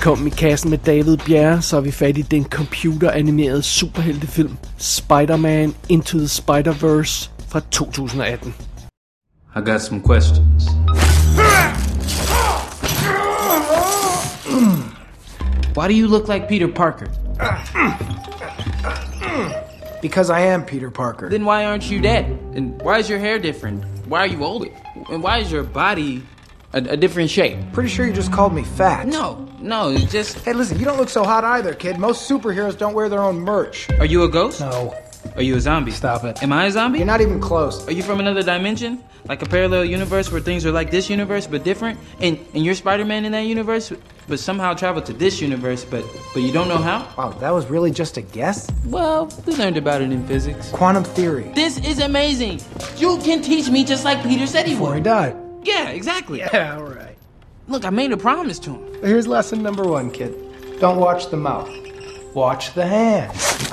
Velkommen i kassen med David Bjerre, så er vi fat i den computeranimerede superheltefilm Spider-Man Into the Spider-Verse fra 2018. I got some questions. Why do you look like Peter Parker? Because I am Peter Parker. Then why aren't you dead? And why is your hair different? Why are you older? And why is your body a different shape? Pretty sure you just called me fat. No, it's just... Hey, listen, you don't look so hot either, kid. Most superheroes don't wear their own merch. Are you a ghost? No. Are you a zombie? Stop it. Am I a zombie? You're not even close. Are you from another dimension? Like a parallel universe where things are like this universe but different? And you're Spider-Man in that universe, but somehow travel to this universe, but you don't know how? Wow, that was really just a guess? Well, we learned about it in physics. Quantum theory. This is amazing. You can teach me just like Peter said he Before would. he died. Yeah, exactly. Yeah, all right. Look, I made a promise to him. Here's lesson number 1, kid. Don't watch the mouth. Watch the hands.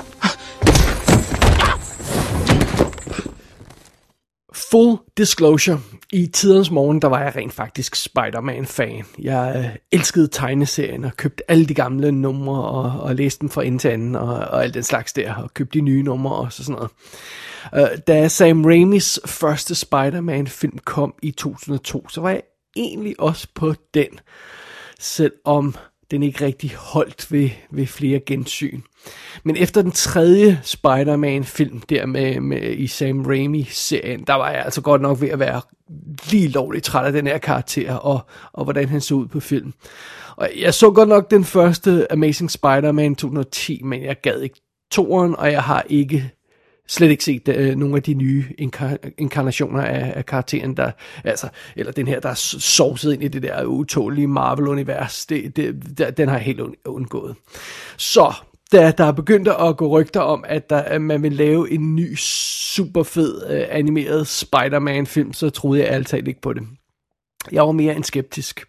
Full disclosure. I tidernes morgen, der var jeg rent faktisk Spider-Man-fan. Jeg elskede tegneserien og købte alle de gamle numre og læste dem fra ende til anden og alt den slags der, og købte de nye numre og sådan noget. Da Sam Raimis første Spider-Man-film kom i 2002, så var jeg egentlig også på den, selvom den ikke rigtig holdt ved flere gensyn. Men efter den tredje Spider-Man-film der med i Sam Raimi-serien, der var jeg altså godt nok ved at være lige lovligt træt af den her karakter, og hvordan han så ud på film. Og jeg så godt nok den første Amazing Spider-Man 2010, men jeg gad ikke toeren, og jeg har slet ikke set nogle af de nye inkarnationer af karakteren, eller den her, der er sovset ind i det der utålige Marvel-univers. Den har jeg helt undgået. Så da der er begyndt at gå rygter om, at man vil lave en ny super fed animeret Spider-Man-film, så troede jeg altid ikke på det. Jeg var mere end skeptisk.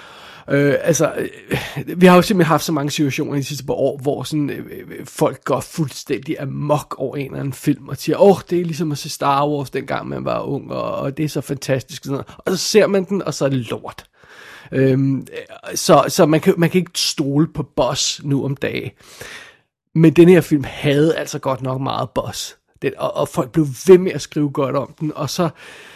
Vi har jo simpelthen haft så mange situationer i de sidste par år, hvor sådan, folk går fuldstændig amok over en eller anden film, og siger, det er ligesom at se Star Wars, dengang man var ung, og det er så fantastisk, sådan noget. Og så ser man den, og så er det lort. Så man kan ikke stole på buzz nu om dagen. Men den her film havde altså godt nok meget buzz. Og folk blev ved med at skrive godt om den, og så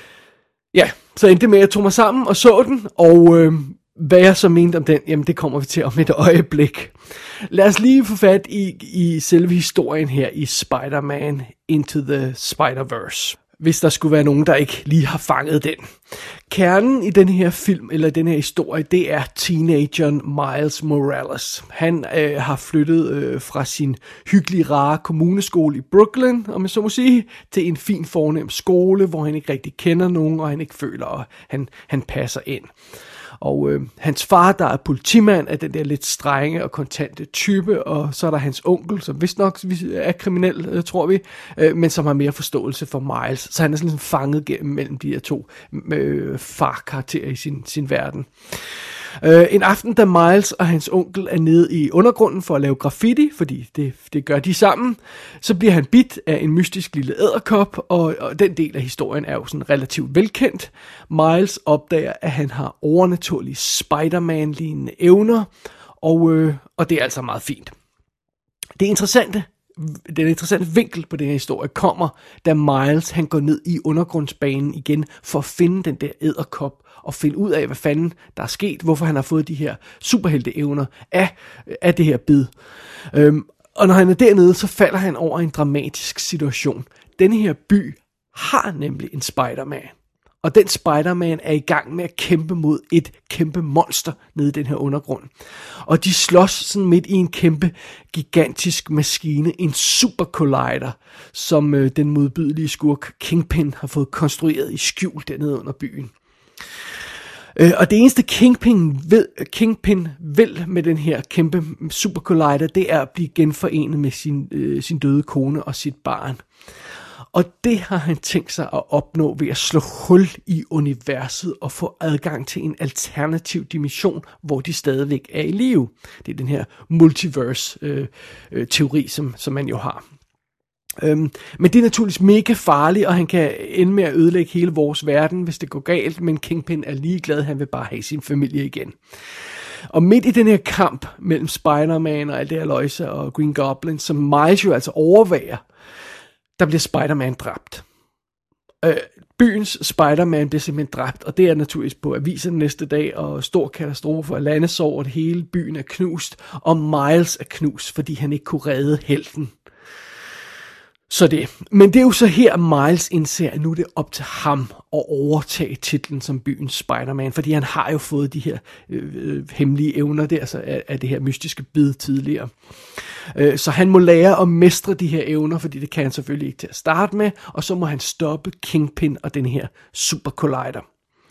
endte det med, at jeg tog mig sammen og så den, og hvad jeg så mente om den, jamen det kommer vi til om et øjeblik. Lad os lige få fat i selve historien her i Spider-Man Into the Spider-Verse, hvis der skulle være nogen, der ikke lige har fanget den. Kernen i den her film, eller den her historie, det er teenageren Miles Morales. Han har flyttet fra sin hyggelige, rare kommuneskole i Brooklyn, om jeg så må sige, til en fin, fornem skole, hvor han ikke rigtig kender nogen, og han ikke føler, at han passer ind. Og hans far, der er politimand, er den der lidt strenge og kontante type, og så er der hans onkel, som vist nok er kriminel, tror vi, men som har mere forståelse for Miles. Så han er sådan ligesom fanget gennem mellem de her to far-karakterer i sin verden. En aften, da Miles og hans onkel er nede i undergrunden for at lave graffiti, fordi det gør de sammen, så bliver han bidt af en mystisk lille edderkop, og den del af historien er jo sådan relativt velkendt. Miles opdager, at han har overnaturlige Spider-Man-lignende evner, og det er altså meget fint. Den interessante vinkel på den her historie kommer, da Miles han går ned i undergrundsbanen igen for at finde den der edderkop og finde ud af, hvad fanden der er sket, hvorfor han har fået de her superhelteevner af det her bid. Og når han er dernede, så falder han over en dramatisk situation. Denne her by har nemlig en Spider-Man. Og den Spider-Man er i gang med at kæmpe mod et kæmpe monster nede i den her undergrund. Og de slås sådan midt i en kæmpe, gigantisk maskine, en super collider, som den modbydelige skurk Kingpin har fået konstrueret i skjul dernede under byen. Og det eneste Kingpin vil med den her kæmpe super collider, det er at blive genforenet med sin døde kone og sit barn. Og det har han tænkt sig at opnå ved at slå hul i universet og få adgang til en alternativ dimension, hvor de stadigvæk er i live. Det er den her multiverse-teori, som man jo har. Men det er naturligvis mega farligt, og han kan ende med at ødelægge hele vores verden, hvis det går galt, men Kingpin er ligeglad, han vil bare have sin familie igen. Og midt i den her kamp mellem Spider-Man og alt det her løjse og Green Goblin, som Miles jo altså overværer, der bliver Spider-Man dræbt. Byens Spider-Man bliver simpelthen dræbt, og det er naturligvis på aviserne næste dag, og stor katastrofe, og landesorg, og hele byen er knust, og Miles er knust, fordi han ikke kunne redde helten. Så det. Men det er jo så her, Miles indser, at nu er det op til ham at overtage titlen som byens Spider-Man, fordi han har jo fået de her hemmelige evner der, så af det her mystiske bid tidligere. Så han må lære at mestre de her evner, fordi det kan han selvfølgelig ikke til at starte med, og så må han stoppe Kingpin og den her Super Collider.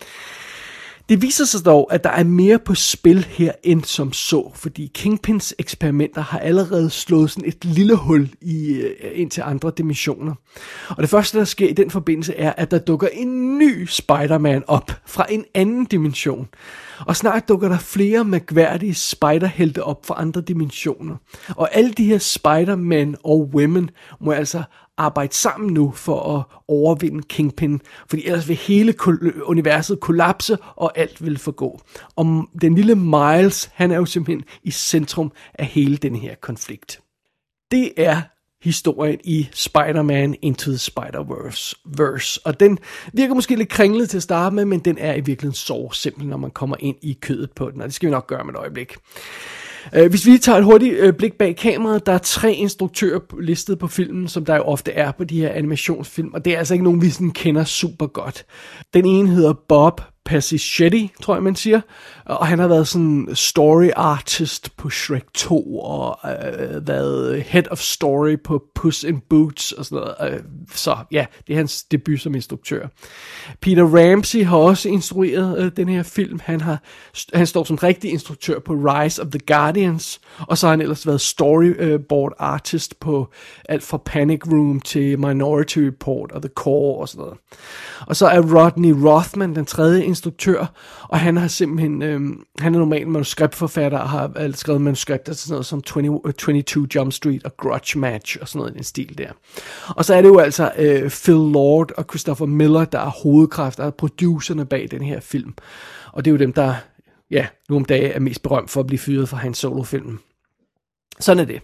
Det viser sig dog, at der er mere på spil her end som så, fordi Kingpins eksperimenter har allerede slået sådan et lille hul ind til andre dimensioner. Og det første, der sker i den forbindelse, er, at der dukker en ny Spider-Man op fra en anden dimension. Og snart dukker der flere mærkværdige spiderhelte op fra andre dimensioner. Og alle de her Spider-Men og Women må altså arbejde sammen nu for at overvinde Kingpin, fordi ellers vil hele universet kollapse, og alt vil forgå. Og den lille Miles, han er jo simpelthen i centrum af hele den her konflikt. Det er historien i Spider-Man Into the Spider-Verse. Og den virker måske lidt kringlet til at starte med, men den er i virkeligheden så simpel, når man kommer ind i kødet på den, og det skal vi nok gøre med et øjeblik. Hvis vi tager et hurtigt blik bag kameraet, der er 3 instruktører listet på filmen, som der jo ofte er på de her animationsfilm, og det er altså ikke nogen, vi sådan kender super godt. Den ene hedder Bob Pasichetti, tror jeg man siger, og han har været sådan story artist på Shrek 2, og været head of story på Puss in Boots og sådan noget. Så ja, det er hans debut som instruktør. Peter Ramsey har også instrueret den her film. Han står som rigtig instruktør på Rise of the Guardians, og så har han ellers været storyboard artist på alt fra Panic Room til Minority Report og The Core og sådan noget. Og så er Rodney Rothman den tredje instruktør, og han har simpelthen, han er normalt manuskriptforfatter og har skrevet manuskripter til sådan noget som 22 Jump Street og Grudge Match og sådan noget i den stil der. Og så er det jo altså Phil Lord og Christopher Miller, der er hovedkræfter, der er producerne bag den her film. Og det er jo dem, der nu om dagen er mest berømt for at blive fyret fra hans solofilm. Sådan er det.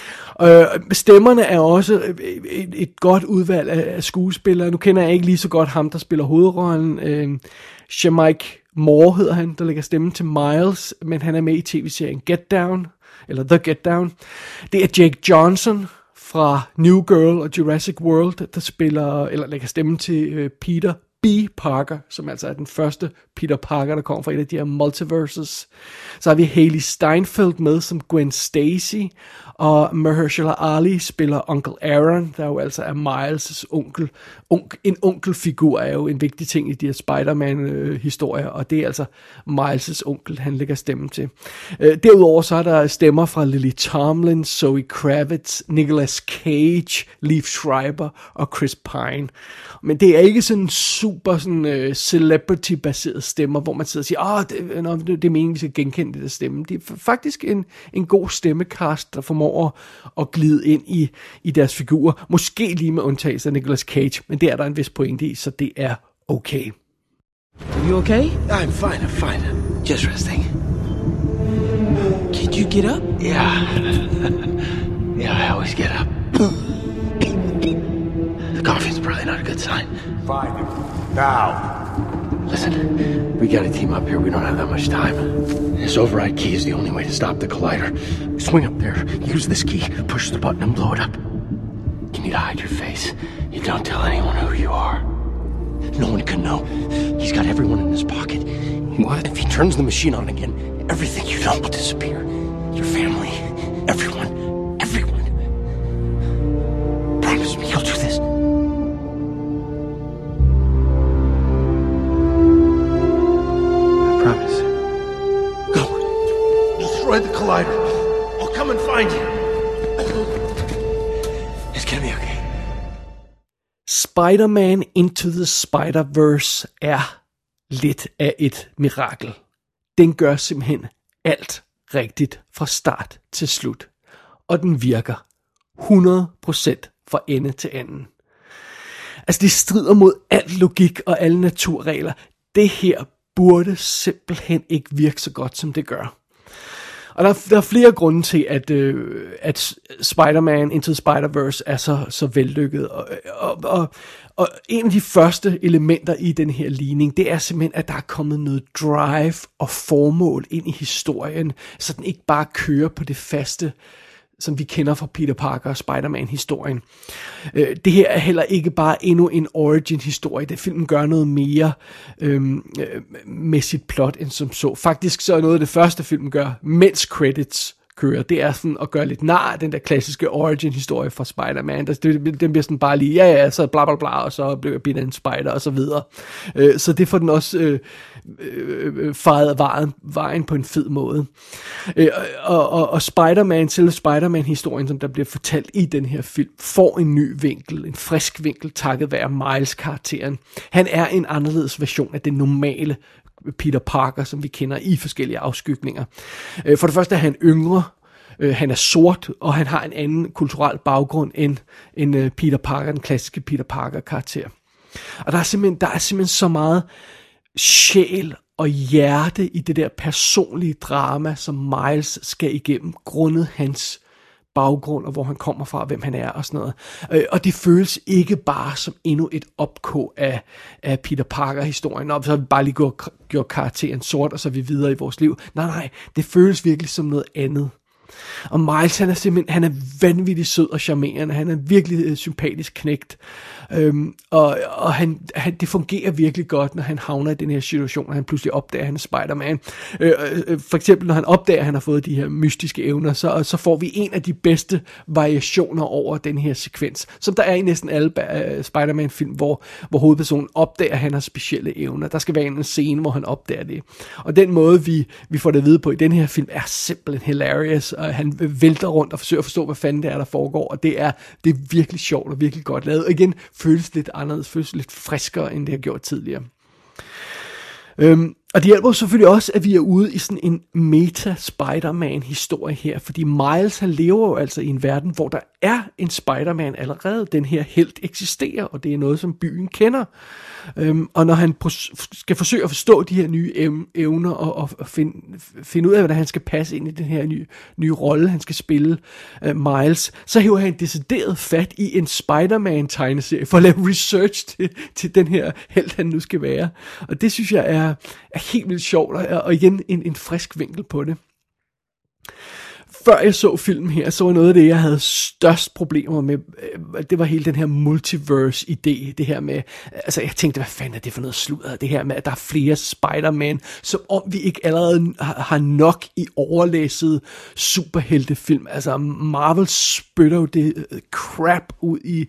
Stemmerne er også et godt udvalg af skuespillere. Nu kender jeg ikke lige så godt ham, der spiller hovedrollen. Shameik Moore hedder han, der lægger stemmen til Miles, men han er med i tv-serien Get Down, eller The Get Down. Det er Jake Johnson fra New Girl og Jurassic World, der spiller, eller lægger stemmen til Peter B. Parker, som altså er den første Peter Parker, der kommer fra et af de her multiverses. Så har vi Hailee Steinfeld med som Gwen Stacy, og Mahershala Ali spiller Uncle Aaron, der jo altså er Miles' onkel. En onkelfigur er jo en vigtig ting i de her Spider-Man-historier, og det er altså Miles' onkel, han lægger stemmen til. Derudover så er der stemmer fra Lily Tomlin, Zoe Kravitz, Nicolas Cage, Liev Schreiber og Chris Pine. Men det er ikke sådan super sådan, celebrity-baseret stemmer, hvor man sidder og siger, det er meningen, vi skal genkende det der stemme. Det er faktisk en god stemmecast, der formår at glide ind i deres figurer. Måske lige med undtagelse af Nicolas Cage, men det er der en vis pointe i, så det er okay. You okay? I'm fine. Just resting. Can you get up? Yeah. Yeah, I always get up. The coffee's probably not a good sign. Find him. Now. Listen, we gotta team up here. We don't have that much time. This override key is the only way to stop the collider. Swing up there, use this key, push the button and blow it up. You need to hide your face. You don't tell anyone who you are. No one can know. He's got everyone in his pocket. What? If he turns the machine on again, everything you know will disappear. Your family, everyone. Promise me you'll do this. Promise. Go. Destroy the collider. I'll come and find you. It's gonna be okay. Spider-Man Into the Spider-Verse er lidt af et mirakel. Den gør simpelthen alt rigtigt fra start til slut. Og den virker 100% fra ende til anden. Altså det strider mod al logik og alle naturregler. Det her burde simpelthen ikke virke så godt, som det gør. Og der er flere grunde til, at Spider-Man Into the Spider-Verse er så vellykket. Og en af de første elementer i den her ligning, det er simpelthen, at der er kommet noget drive og formål ind i historien, så den ikke bare kører på det faste, som vi kender fra Peter Parker og Spider-Man-historien. Det her er heller ikke bare endnu en origin-historie. Det filmen gør noget mere med sit plot end som så. Faktisk så er noget af det første filmen gør, mens credits kører, det er sådan at gøre lidt nar af den der klassiske origin-historie fra Spider-Man. Den bliver sådan bare lige, ja, så bla bla bla, og så bliver Peter en spider, og så videre. Så det får den også faret vejen på en fed måde. Og Spider-Man, selve Spider-Man-historien, som der bliver fortalt i den her film, får en ny vinkel, en frisk vinkel, takket være Miles-karakteren. Han er en anderledes version af den normale Peter Parker, som vi kender i forskellige afskygninger. For det første er han yngre, han er sort, og han har en anden kulturel baggrund end Peter Parker, den klassiske Peter Parker-karakter. Og der er simpelthen så meget sjæl og hjerte i det der personlige drama, som Miles skal igennem, grundet hans baggrund, og hvor han kommer fra, hvem han er og sådan noget. Og det føles ikke bare som endnu et opkog af Peter Parker-historien, og så har vi bare lige gjort karakteren sort, og så er vi videre i vores liv. Nej, det føles virkelig som noget andet. Og Miles, han er vanvittigt sød og charmerende. Han er virkelig sympatisk knægt. Og det fungerer virkelig godt, når han havner i den her situation, og han pludselig opdager, at han er Spider-Man. For eksempel, når han opdager, at han har fået de her mystiske evner, så får vi en af de bedste variationer over den her sekvens, som der er i næsten alle Spider-Man-film, hvor hovedpersonen opdager, at han har specielle evner. Der skal være en scene, hvor han opdager det. Og den måde, vi får det at vide på i den her film, er simpelthen hilarious, og han vælter rundt og forsøger at forstå, hvad fanden det er, der foregår, og det er virkelig sjovt og virkelig godt lavet. Og igen, føles lidt anderledes, føles lidt friskere, end det har gjort tidligere. Og det hjælper selvfølgelig også, at vi er ude i sådan en meta-Spider-Man-historie her, fordi Miles, han lever jo altså i en verden, hvor der er en Spider-Man allerede. Den her helt eksisterer, og det er noget, som byen kender. Og når han skal forsøge at forstå de her nye evner og finde ud af, hvordan han skal passe ind i den her nye rolle, han skal spille, Miles, så hiver han decideret fat i en Spider-Man-tegneserie for at lave research til den her helt, han nu skal være. Og det synes jeg er helt vildt sjovt, og igen en frisk vinkel på det. Før jeg så filmen her, så var noget af det, jeg havde størst problemer med, det var hele den her multiverse-idé, det her med, altså jeg tænkte, hvad fanden er det for noget sludder, det her med, at der er flere Spider-Man, som om vi ikke allerede har nok i overlæsset superheltefilm. Altså Marvel spytter jo det crap ud i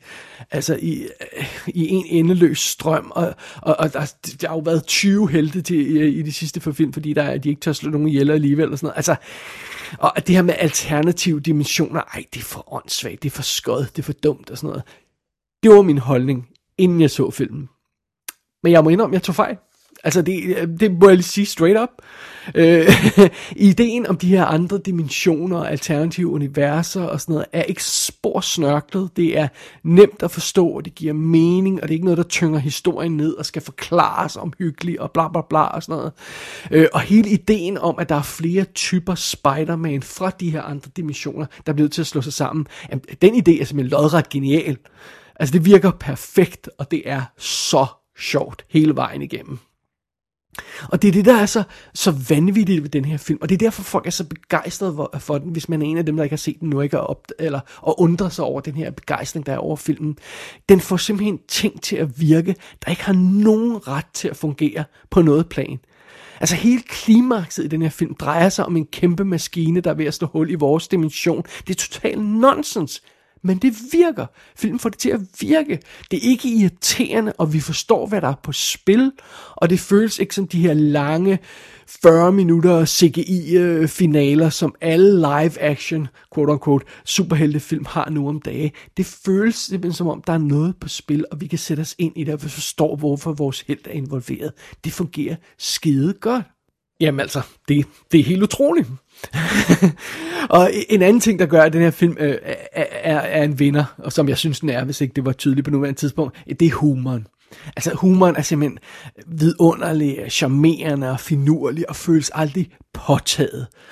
en endeløs strøm, og der har jo været 20 helte i de sidste film, fordi de ikke tør slå nogen ihjel alligevel, og sådan noget. Altså, og det her med alternative dimensioner, det er for åndssvagt, det er for skødt, det er for dumt og sådan noget. Det var min holdning, inden jeg så filmen. Men jeg må indrømme, jeg tog fejl. Altså det må jeg lige sige straight up. Ideen om de her andre dimensioner og alternative universer og sådan noget er ikke spor snørklet. Det er nemt at forstå, og det giver mening, og det er ikke noget, der tynger historien ned og skal forklares omhyggeligt og bla bla bla og sådan noget. Og hele ideen om, at der er flere typer Spider-Man fra de her andre dimensioner, der er blevet til at slå sig sammen, den idé er simpelthen lodret genial. Altså det virker perfekt, og det er så sjovt hele vejen igennem. Og det er det, der er så vanvittigt ved den her film, og det er derfor folk er så begejstrede for den, hvis man er en af dem, der ikke har set den nu, ikke og undrer sig over den her begejstring, der er over filmen. Den får simpelthen ting til at virke, der ikke har nogen ret til at fungere på noget plan. Altså hele klimakset i den her film drejer sig om en kæmpe maskine, der er ved at slå hul i vores dimension. Det er totalt nonsens. Men det virker. Filmen får det til at virke. Det er ikke irriterende, og vi forstår, hvad der er på spil. Og det føles ikke som de her lange 40 minutter CGI-finaler, som alle live-action, quote-unquote, superheltefilm har nu om dage. Det føles simpelthen som om, der er noget på spil, og vi kan sætte os ind i det, og vi forstår, hvorfor vores helt er involveret. Det fungerer skide godt. Jamen altså, det er helt utroligt. Og en anden ting, der gør, at den her film er en vinder, og som jeg synes den er, hvis ikke det var tydeligt på nuværende tidspunkt, det er humoren. Altså humoren er simpelthen vidunderlig, charmerende og finurlig, og føles aldrig påtaget.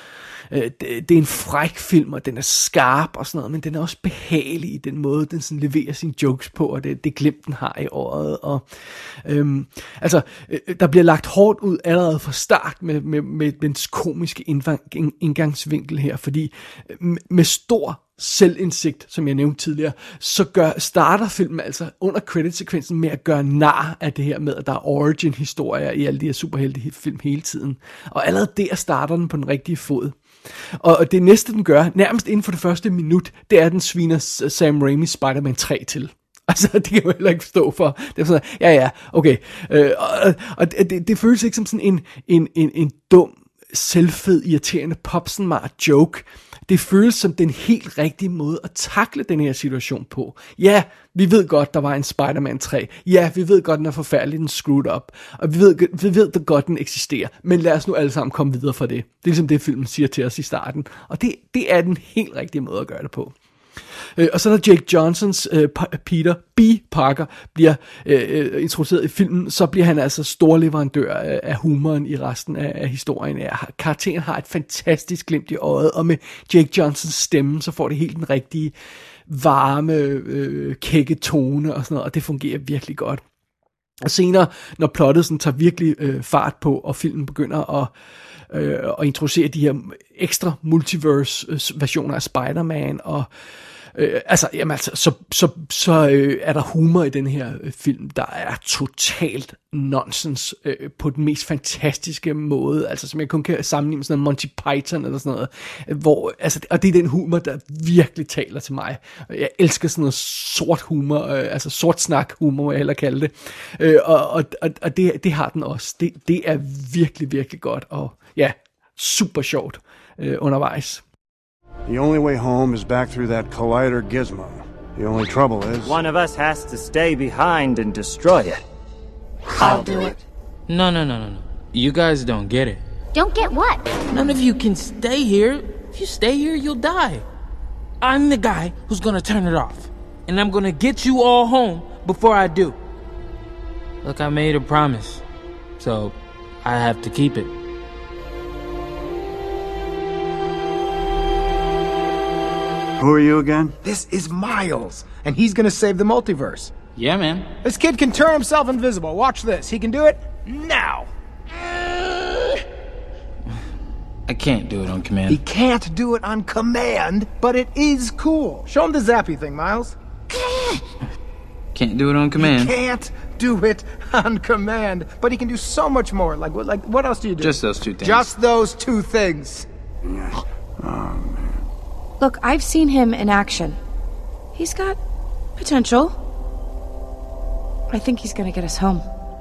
det er en fræk film, og den er skarp og sådan noget, men den er også behagelig i den måde, den sådan leverer sine jokes på, og det glimt, den har i øjet. Og, der bliver lagt hårdt ud allerede fra start med dens komiske indgangsvinkel her, fordi med stor selvindsigt, som jeg nævnte tidligere, så starter filmen altså under creditsekvensen med at gøre nar af det her med, at der er origin-historier i alle de her superheltefilm hele tiden. Og allerede der starter den på den rigtige fod. Og det næste, den gør, nærmest inden for det første minut, det er, at den sviner Sam Raimi's Spider-Man 3 til. Altså, det kan jeg jo heller ikke forstå for. Det er sådan, okay. Og det føles ikke som sådan en dum, selvfed, irriterende popsenmart joke. Det føles som den helt rigtige måde at takle den her situation på. Ja, vi ved godt, der var en Spider-Man 3. Ja, vi ved godt, den er forfærdelig, den screwed up. Og vi ved godt, den eksisterer. Men lad os nu alle sammen komme videre fra det. Det er ligesom det, filmen siger til os i starten. Og det er den helt rigtige måde at gøre det på. Og så når Jake Johnsons Peter B. Parker bliver introduceret i filmen, så bliver han altså storleverandør af humoren i resten af historien. Karakteren har et fantastisk glimt i øjet, og med Jake Johnsons stemme, så får det helt den rigtige varme, kække tone og sådan noget, og det fungerer virkelig godt. Og senere, når plottet sådan tager virkelig fart på, og filmen begynder at introducere de her ekstra multiverse-versioner af Spider-Man, og så er der humor i den her film, der er totalt nonsens på den mest fantastiske måde, altså som jeg kun kan sammenligne med sådan noget Monty Python eller sådan noget, og det er den humor, der virkelig taler til mig. Jeg elsker sådan noget sort humor, altså sort snak humor, må jeg hellere kalde det, og det har den også. Det er virkelig, virkelig godt, og ja, super sjovt undervejs. The only way home is back through that collider gizmo. The only trouble is... One of us has to stay behind and destroy it. I'll do it. No. You guys don't get it. Don't get what? None of you can stay here. If you stay here, you'll die. I'm the guy who's gonna turn it off. And I'm gonna get you all home before I do. Look, I made a promise. So, I have to keep it. Who are you again? This is Miles, and he's gonna save the multiverse. Yeah, man. This kid can turn himself invisible. Watch this. He can do it now. I can't do it on command. He can't do it on command, but it is cool. Show him the zappy thing, Miles. Can't do it on command. He can't do it on command, but he can do so much more. Like what else do you do? Just those two things. Just those two things. Yes. Oh, man. Look, I've seen him in action. He's got potential. I think he's gonna get us home.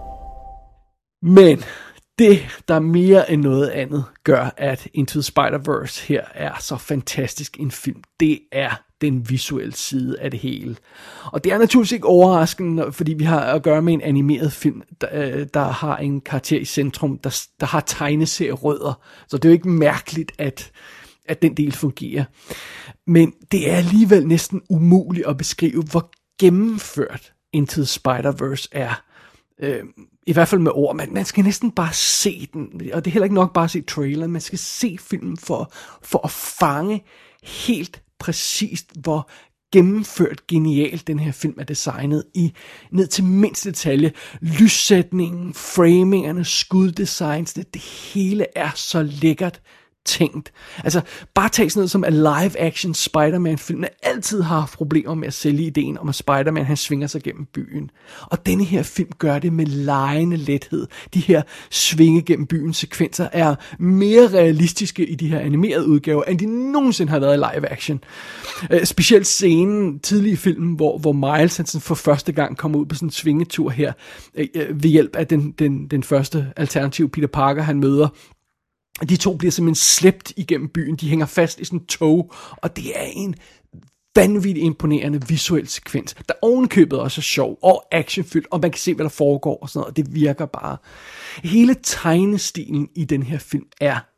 Men det, der mere end noget andet gør, at Into the Spider-Verse her er så fantastisk en film, det er den visuelle side af det hele. Og det er naturligvis ikke overraskende, fordi vi har at gøre med en animeret film, der har en karakter i centrum, der har tegneserierødder. Så det er jo ikke mærkeligt, at den del fungerer. Men det er alligevel næsten umuligt at beskrive, hvor gennemført Into the Spider-Verse er. I hvert fald med ord. Man skal næsten bare se den, og det er heller ikke nok bare at se traileren. Man skal se filmen for at fange helt præcist, hvor gennemført genialt den her film er designet i ned til mindste detalje. Lyssætningen, framingerne, skuddesigns, det hele er så lækkert tænkt. Altså, bare tag sådan noget som en live-action Spider-Man-film, der altid har haft problemer med at sælge ideen om, at Spider-Man, han svinger sig gennem byen. Og denne her film gør det med legende lethed. De her svinge gennem byens sekvenser er mere realistiske i de her animerede udgaver, end de nogensinde har været i live-action. Specielt scenen tidlig i filmen, hvor Miles han for første gang kommer ud på sådan en svingetur her, ved hjælp af den første alternativ Peter Parker, han møder. De to bliver simpelthen slæbt igennem byen. De hænger fast i sådan en tog, og det er en vanvittigt imponerende visuel sekvens, der ovenkøbet også er sjov og actionfyldt, og man kan se, hvad der foregår og sådan noget, og det virker bare. Hele tegnestilen i den her film er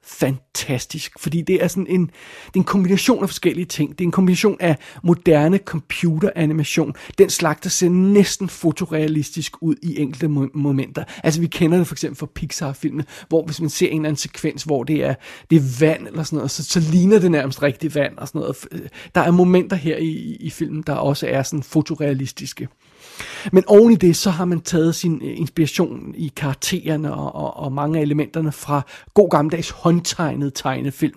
fantastisk, fordi det er sådan det er en kombination af forskellige ting. Det er en kombination af moderne computeranimation. Den slags, der ser næsten fotorealistisk ud i enkelte momenter. Altså vi kender det for eksempel fra Pixar-filmene, hvor hvis man ser en eller anden sekvens, hvor det er vand eller sådan noget, så ligner det nærmest rigtig vand og sådan noget. Der er momenter her i filmen, der også er sådan fotorealistiske. Men oven i det, så har man taget sin inspiration i karaktererne og mange af elementerne fra god gammeldags håndtegnede tegnefilm.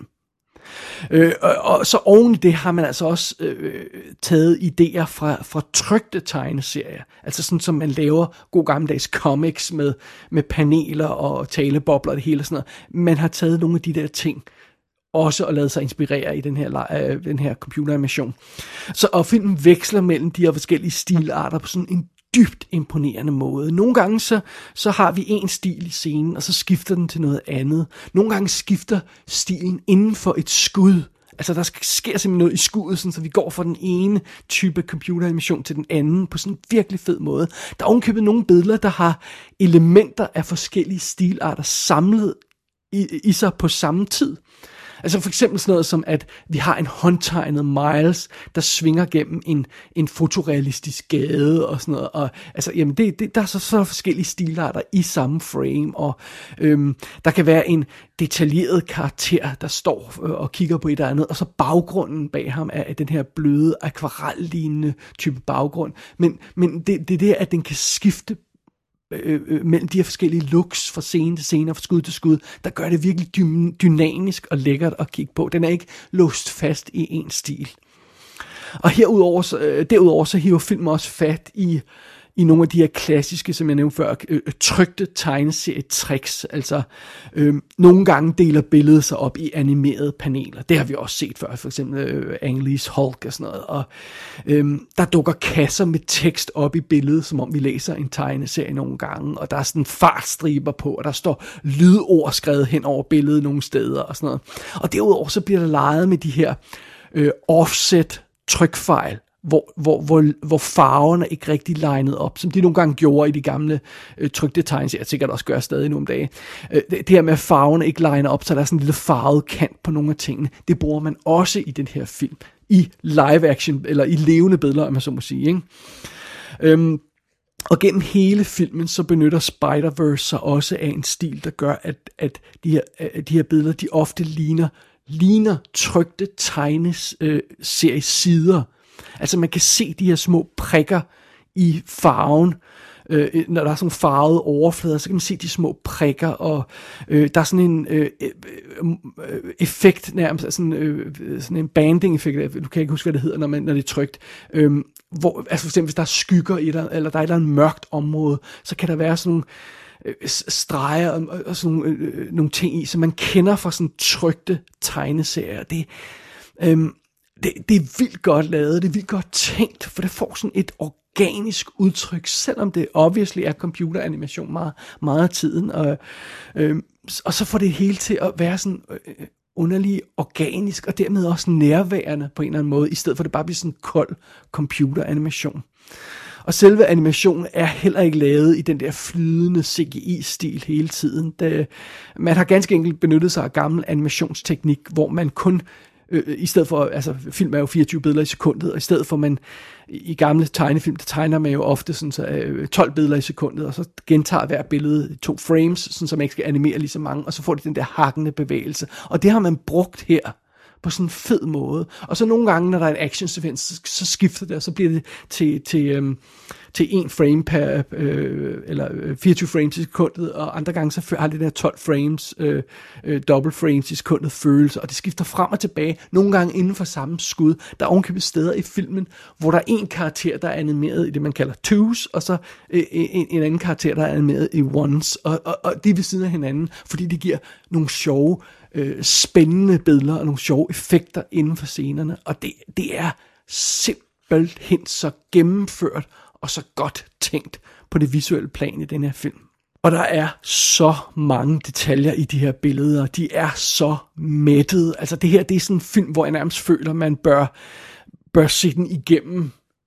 Og så oven i det har man altså også taget idéer fra trykte tegneserier. Altså sådan som man laver god gammeldags comics med paneler og talebobler og det hele og sådan noget. Man har taget nogle af de der ting også at lade sig inspirere i den her computeranimation. Og filmen veksler mellem de her forskellige stilarter på sådan en dybt imponerende måde. Nogle gange så har vi en stil i scenen, og så skifter den til noget andet. Nogle gange skifter stilen inden for et skud. Altså der sker simpelthen noget i skuddet, sådan, så vi går fra den ene type computeranimation til den anden på sådan en virkelig fed måde. Der er ovenkøbet nogle billeder, der har elementer af forskellige stilarter samlet i sig på samme tid. Altså for eksempel sådan noget som, at vi har en håndtegnet Miles, der svinger gennem en fotorealistisk gade og sådan noget. Og, altså, jamen der er så forskellige stilarter i samme frame, og der kan være en detaljeret karakter, der står og kigger på et eller andet, og så baggrunden bag ham er den her bløde, akvarellignende type baggrund. Men det er at den kan skifte mellem de her forskellige looks fra scene til scene og fra skud til skud, der gør det virkelig dynamisk og lækkert at kigge på. Den er ikke låst fast i en stil. Og derudover så hiver filmen også fat i nogle af de her klassiske, som jeg nævnte før, trykte tegneserietricks. Altså, nogle gange deler billedet sig op i animerede paneler. Det har vi også set før, for eksempel Ang Lees Hulk og sådan noget. Og der dukker kasser med tekst op i billedet, som om vi læser en tegneserie nogle gange. Og der er sådan fartstriber på, og der står lydord skrevet hen over billedet nogle steder og sådan noget. Og derudover så bliver der leget med de her offset trykfejl, hvor farverne ikke rigtig lignede op, som de nogle gange gjorde i de gamle trykte tegneserier, sikkert også gør stadig nu om dagen. Det her med, at farverne ikke ligner op, så der er sådan en lille farvet kant på nogle af tingene, det bruger man også i den her film, i live action, eller i levende billeder, om man så må sige, ikke? Og gennem hele filmen, så benytter Spider-Verse sig også af en stil, der gør, at de her billeder, de ofte ligner trykte tegneseriesider. Altså man kan se de her små prikker i farven. Når der er sådan farvede overflader, så kan man se de små prikker, og der er sådan en effekt nærmest, sådan en banding-effekt, du kan ikke huske, hvad det hedder, når det er trykt, hvor, altså for eksempel, hvis der er skygger i der, eller der er et eller andet mørkt område, så kan der være sådan nogle streger og sådan nogle ting i, som man kender fra sådan trykte tegneserier. Det er vildt godt lavet, det er vildt godt tænkt, for det får sådan et organisk udtryk, selvom det obviously er computeranimation meget af tiden, og så får det hele til at være sådan underlig organisk, og dermed også nærværende på en eller anden måde, i stedet for at det bare bliver sådan kold computeranimation. Og selve animationen er heller ikke lavet i den der flydende CGI-stil hele tiden. Man har ganske enkelt benyttet sig af gammel animationsteknik, hvor man kun i stedet for, altså film er jo 24 billeder i sekundet, og i stedet for man i gamle tegnefilm, der tegner man jo ofte sådan så 12 billeder i sekundet, og så gentager hver billede 2 frames, sådan så man ikke skal animere lige så mange, og så får de den der hakkende bevægelse. Og det har man brugt her på sådan en fed måde. Og så nogle gange, når der er en action-sekvens, så skifter det, og så bliver det til 1 frame per, eller 24 frames i sekundet, og andre gange så har det der 12 frames, double frames i sekundet følelse, og det skifter frem og tilbage, nogle gange inden for samme skud. Der er ovenkøbet steder i filmen, hvor der er en karakter, der er animeret i det, man kalder twos, og så en anden karakter, der er animeret i ones, og de er ved siden af hinanden, fordi det giver nogle sjove, spændende billeder, og nogle sjove effekter inden for scenerne, og det er simpelthen så gennemført, og så godt tænkt på det visuelle plan i den her film. Og der er så mange detaljer i de her billeder. De er så mættede. Altså det her, det er sådan en film, hvor jeg nærmest føler, man bør se den igennem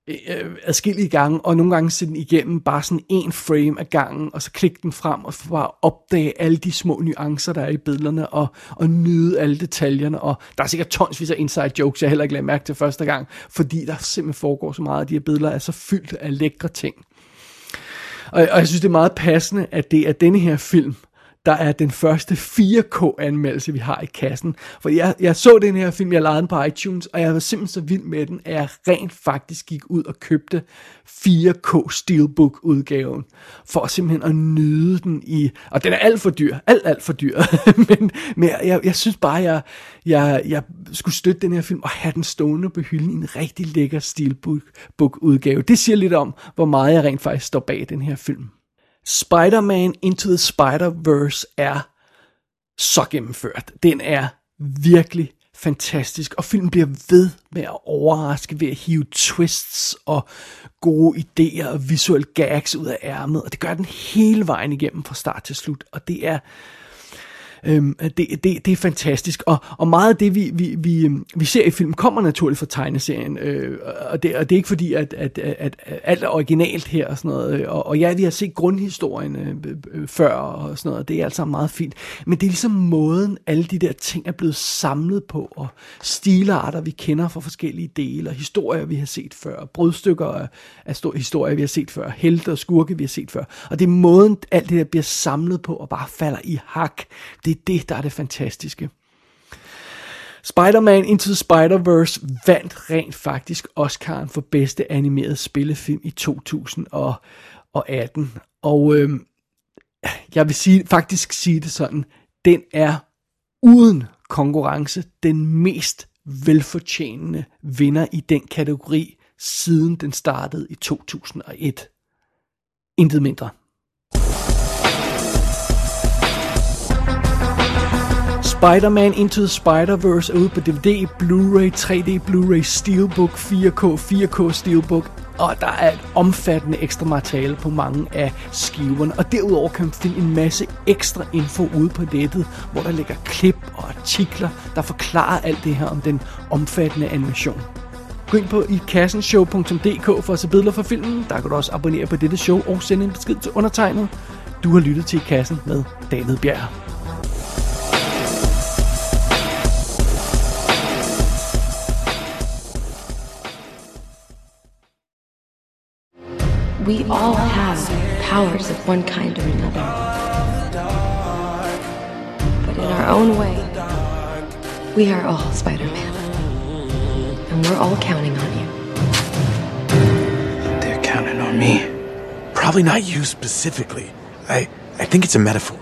adskillige gange, og nogle gange se den igennem bare sådan en frame af gangen, og så klikke den frem, og bare opdage alle de små nuancer, der er i billederne, og nyde alle detaljerne, og der er sikkert tonsvis af inside jokes, jeg heller ikke lagde mærke til første gang, fordi der simpelthen foregår så meget, at de her billeder er så fyldt af lækre ting. Og jeg synes, det er meget passende, at det er denne her film, der er den første 4K-anmeldelse, vi har i kassen. For jeg så den her film, jeg lejede den på iTunes, og jeg var simpelthen så vild med den, at jeg rent faktisk gik ud og købte 4K Steelbook-udgaven, for simpelthen at nyde den i... Og den er alt for dyr, alt for dyr. men jeg synes bare, jeg skulle støtte den her film, og have den stående på hylden i en rigtig lækker Steelbook-udgave. Det siger lidt om, hvor meget jeg rent faktisk står bag den her film. Spider-Man Into the Spider-Verse er så gennemført. Den er virkelig fantastisk, og filmen bliver ved med at overraske ved at hive twists og gode idéer og visuelle gags ud af ærmet, og det gør den hele vejen igennem fra start til slut, og det er det er fantastisk, og meget af det vi ser i filmen kommer naturligt fra tegneserien, og det er ikke fordi at alt er originalt her og sådan noget, og ja, vi har set grundhistorien før og sådan noget, det er alt sammen meget fint, men det er ligesom måden alle de der ting er blevet samlet på, og stilarter vi kender fra forskellige dele, og historier vi har set før, brudstykker af historier vi har set før, helte og skurke vi har set før, og det er måden alt det der bliver samlet på og bare falder i hak. Det er det, der er det fantastiske. Spider-Man Into the Spider-Verse vandt rent faktisk Oscar'en for bedste animeret spillefilm i 2018. Og jeg vil faktisk sige det sådan, den er uden konkurrence den mest velfortjenende vinder i den kategori, siden den startede i 2001. Intet mindre. Spider-Man Into the Spider-Verse er ude på DVD, Blu-ray, 3D Blu-ray, Steelbook, 4K Steelbook, og der er et omfattende ekstra materiale på mange af skiverne, og derudover kan man finde en masse ekstra info ude på nettet, hvor der ligger klip og artikler, der forklarer alt det her om den omfattende animation. Gå ind på ikassenshow.dk for at se billeder fra filmen. Der kan du også abonnere på dette show og sende en besked til undertegnet. Du har lyttet til I Kassen med David Bjerg. We all have powers of one kind or another. But in our own way, we are all Spider-Man. And we're all counting on you. They're counting on me. Probably not you specifically. I think it's a metaphor.